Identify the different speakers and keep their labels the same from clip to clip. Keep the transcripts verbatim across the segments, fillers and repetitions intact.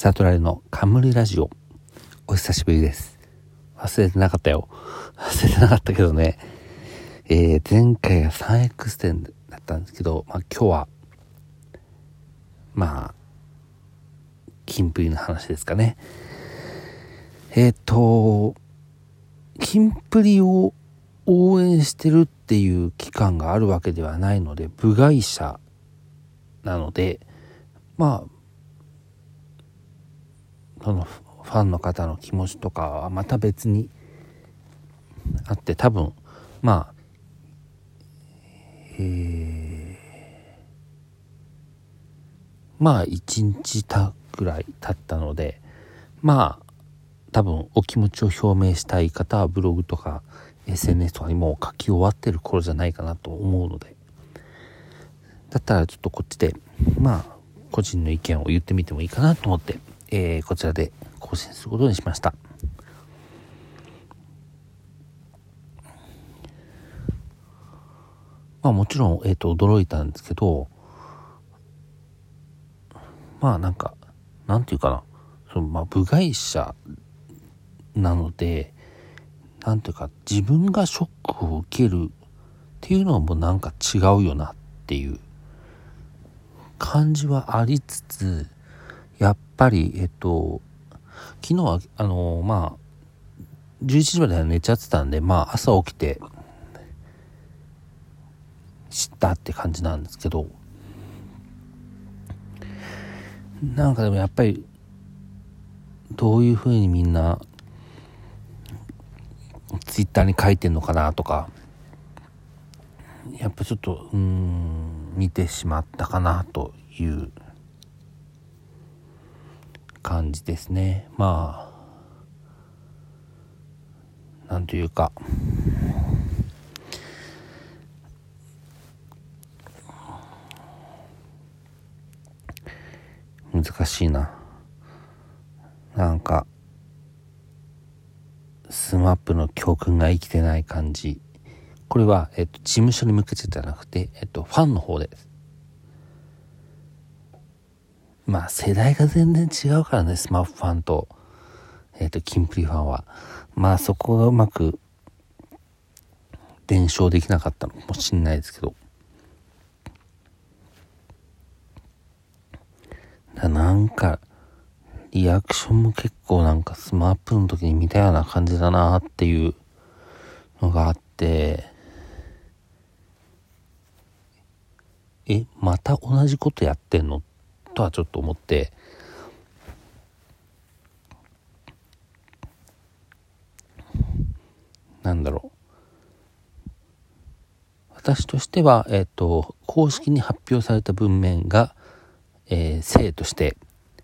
Speaker 1: サトラレの冠ラジオ、お久しぶりです。忘れてなかったよ忘れてなかったけどね、えー、前回が スリーエックス 点だったんですけど、まあ、今日はまあキンプリの話ですかね。えっとキンプリを応援してるっていう期間があるわけではないので、部外者なので、まあそのファンの方の気持ちとかはまた別にあって、多分まあえー、まあ一日たぐらい経ったので、まあ多分お気持ちを表明したい方はブログとか エスエヌエス とかにもう書き終わってる頃じゃないかなと思うので、だったらちょっとこっちでまあ個人の意見を言ってみてもいいかなと思って、えー、こちらで更新することにしました。まあもちろん、えーと、驚いたんですけど、まあなんか、なんていうかな、そのまあ部外者なので、なんていうか自分がショックを受けるっていうのもなんか違うよなっていう感じはありつつ、やっぱり、えっと、昨日は、あの、まあ、じゅういちじまでは寝ちゃってたんで、まあ、朝起きて、知ったって感じなんですけど、なんかでもやっぱり、どういう風にみんな、ツイッターに書いてんのかなとか、やっぱちょっと、うーん、見てしまったかなという感じですね。まあ、なんというか、難しいな。なんかスマップの教訓が生きてない感じ。これは、えっと、事務所に向けてじゃなくて、えっと、ファンの方です。まあ世代が全然違うからね、スマップファンと、えっと、キンプリファンは。まあそこがうまく伝承できなかったのかもしれないですけど、だなんかリアクションも結構なんかスマップの時に見たような感じだなっていうのがあって、えまた同じことやってんのとはちょっと思って、なんだろう、私としては、えっと、公式に発表された文面が、えー、正として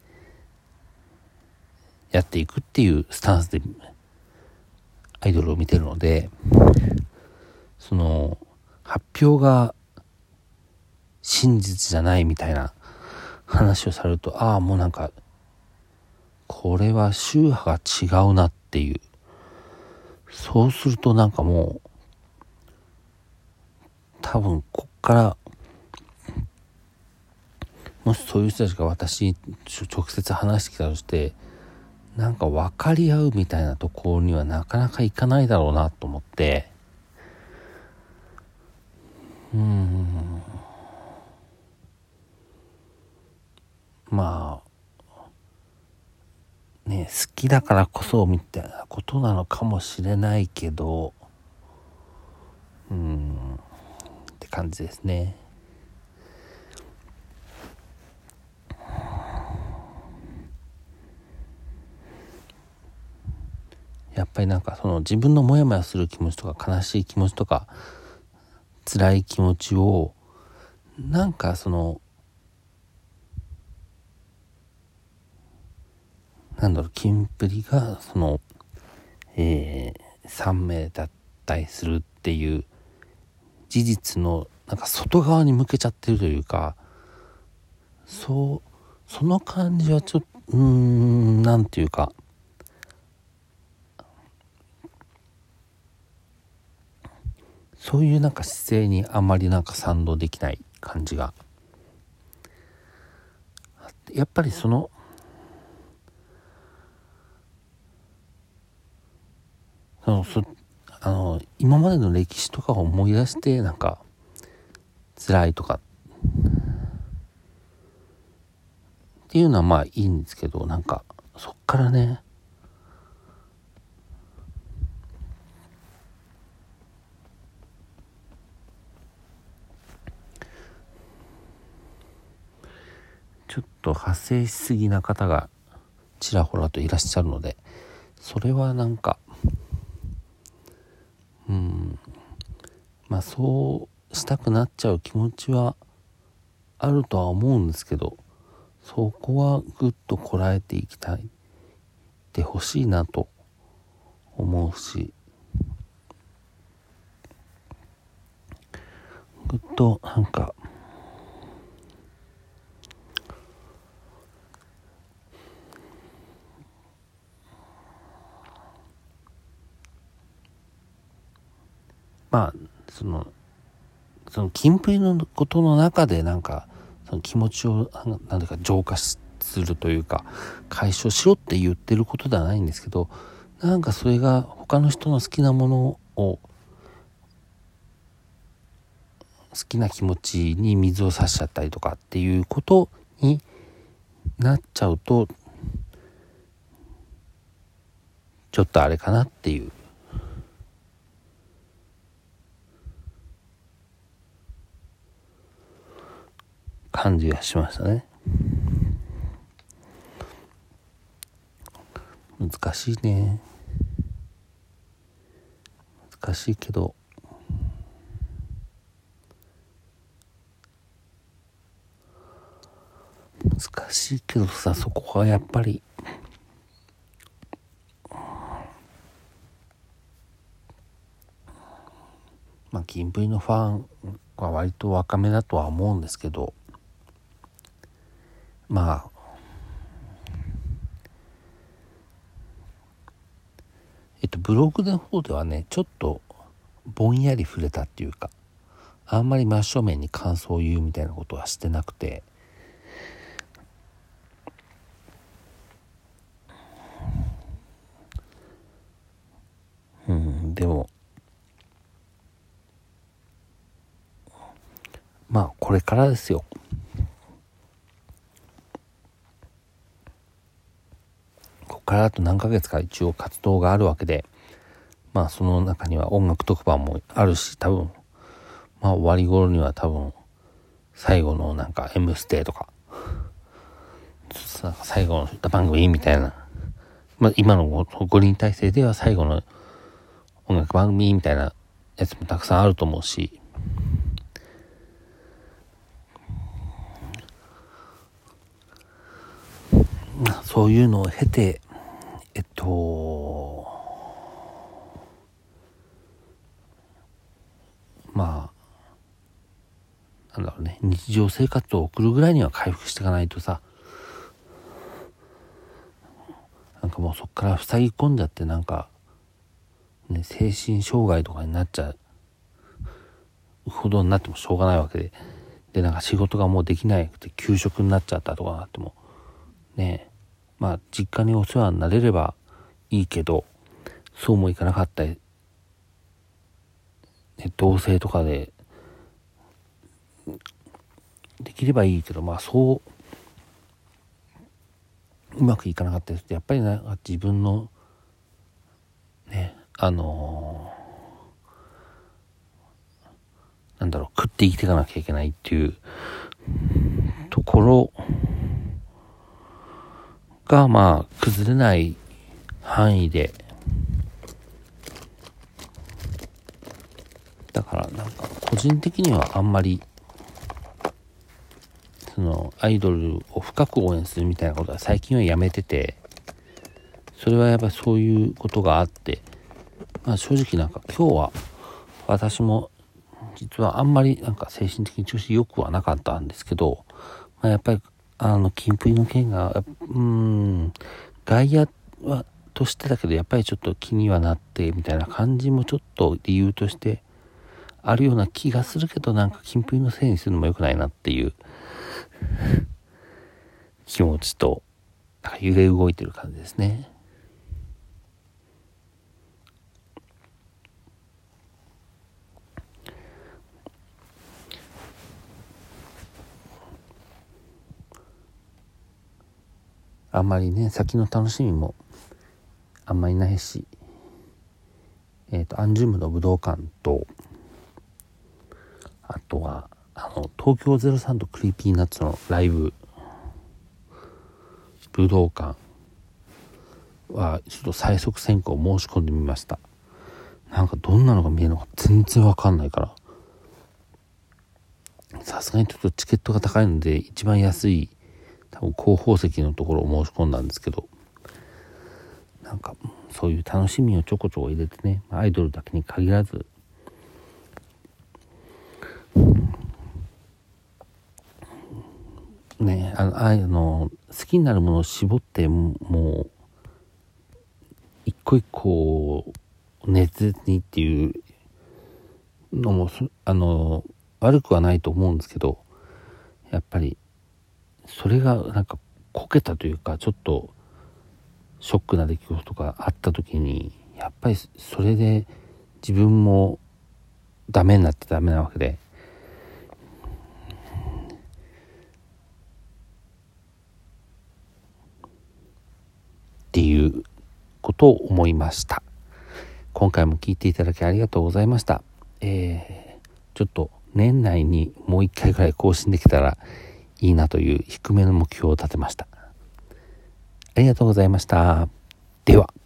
Speaker 1: やっていくっていうスタンスでアイドルを見てるので、その発表が真実じゃないみたいな話をされると、ああもうなんかこれは宗派が違うなっていう、そうするとなんかもう多分こっからもしそういう人たちが私に直接話してきたとして、なんか分かり合うみたいなところにはなかなかいかないだろうなと思って、うーんまあね、好きだからこそみたいなことなのかもしれないけど、うーんって感じですね。やっぱりなんかその自分のモヤモヤする気持ちとか悲しい気持ちとか辛い気持ちをなんかそのなんだろう、キンプリがその、えー、さん名だったりするっていう事実のなんか外側に向けちゃってるというか、そうその感じはちょっとうーんなんていうか、そういうなんか姿勢にあまりなんか賛同できない感じが、やっぱりそのあのそあの今までの歴史とかを思い出してなんか辛いとかっていうのはまあいいんですけど、なんかそっからねちょっと派生しすぎな方がちらほらといらっしゃるので、それはなんかうんまあそうしたくなっちゃう気持ちはあるとは思うんですけど、そこはぐっとこらえていきたいでほしいなと思うし、ぐっとなんかまあそのそのキンプリのことの中でなんかその気持ちをなんていうか浄化するというか解消しろって言ってることではないんですけど、なんかそれが他の人の好きなものを好きな気持ちに水を差しちゃったりとかっていうことになっちゃうとちょっとあれかなっていう感じがしましたね。難しいね。難しいけど難しいけどさ、そこはやっぱりまあキンプリのファンは割と若めだとは思うんですけど、まあえっとブログの方ではねちょっとぼんやり触れたっていうか、あんまり真正面に感想を言うみたいなことはしてなくて、うんでもまあこれからですよ。ここからあと何ヶ月か一応活動があるわけで、まあその中には音楽特番もあるし、多分まあ終わり頃には多分最後のなんか M ステとか最後の歌番組みたいな、まあ今の五輪体制では最後の音楽番組みたいなやつもたくさんあると思うし、そういうのを経てえっとまあなんだろうね、日常生活を送るぐらいには回復していかないとさ、なんかもうそっから塞ぎ込んじゃってなんか、ね、精神障害とかになっちゃうほどになってもしょうがないわけで、でなんか仕事がもうできなくて休職になっちゃったとかなってもね、まあ実家にお世話になれればいいけど、そうもいかなかったり、ね、同棲とかでできればいいけど、まあそううまくいかなかったりするとやっぱりなんか自分のねあのー、なんだろう食って生きていかなきゃいけないっていうところがまあ崩れない範囲で、だからなんか個人的にはあんまりそのアイドルを深く応援するみたいなことは最近はやめてて、それはやっぱりそういうことがあって、まあ正直なんか今日は私も実はあんまりなんか精神的に調子良くはなかったんですけど、まあ、やっぱりあのキンプリの件がうーん外野はとしてだけどやっぱりちょっと気にはなってみたいな感じもちょっと理由としてあるような気がするけど、なんかキンプリのせいにするのも良くないなっていう気持ちとなんか揺れ動いてる感じですね。 あんまりね先の楽しみもあんまりないし、えっとアンジュムの武道館と、あとはあの東京ゼロさんとクリーピーナッツのライブ武道館はちょっと最速選考申し込んでみました。なんかどんなのが見えるのか全然わかんないから、さすがにちょっとチケットが高いので一番安い多分後方席のところを申し込んだんですけど、なんかそういう楽しみをちょこちょこ入れてね、アイドルだけに限らずね、あのあの好きになるものを絞ってもう一個一個熱烈にっていうのもあの悪くはないと思うんですけど、やっぱりそれがなんかこけたというかちょっとショックな出来事があった時にやっぱりそれで自分もダメになってダメなわけで、っていうことを思いました。今回も聞いていただきありがとうございました。えー、ちょっと年内にもう一回ぐらい更新できたらいいなという低めの目標を立てました。ありがとうございました。では。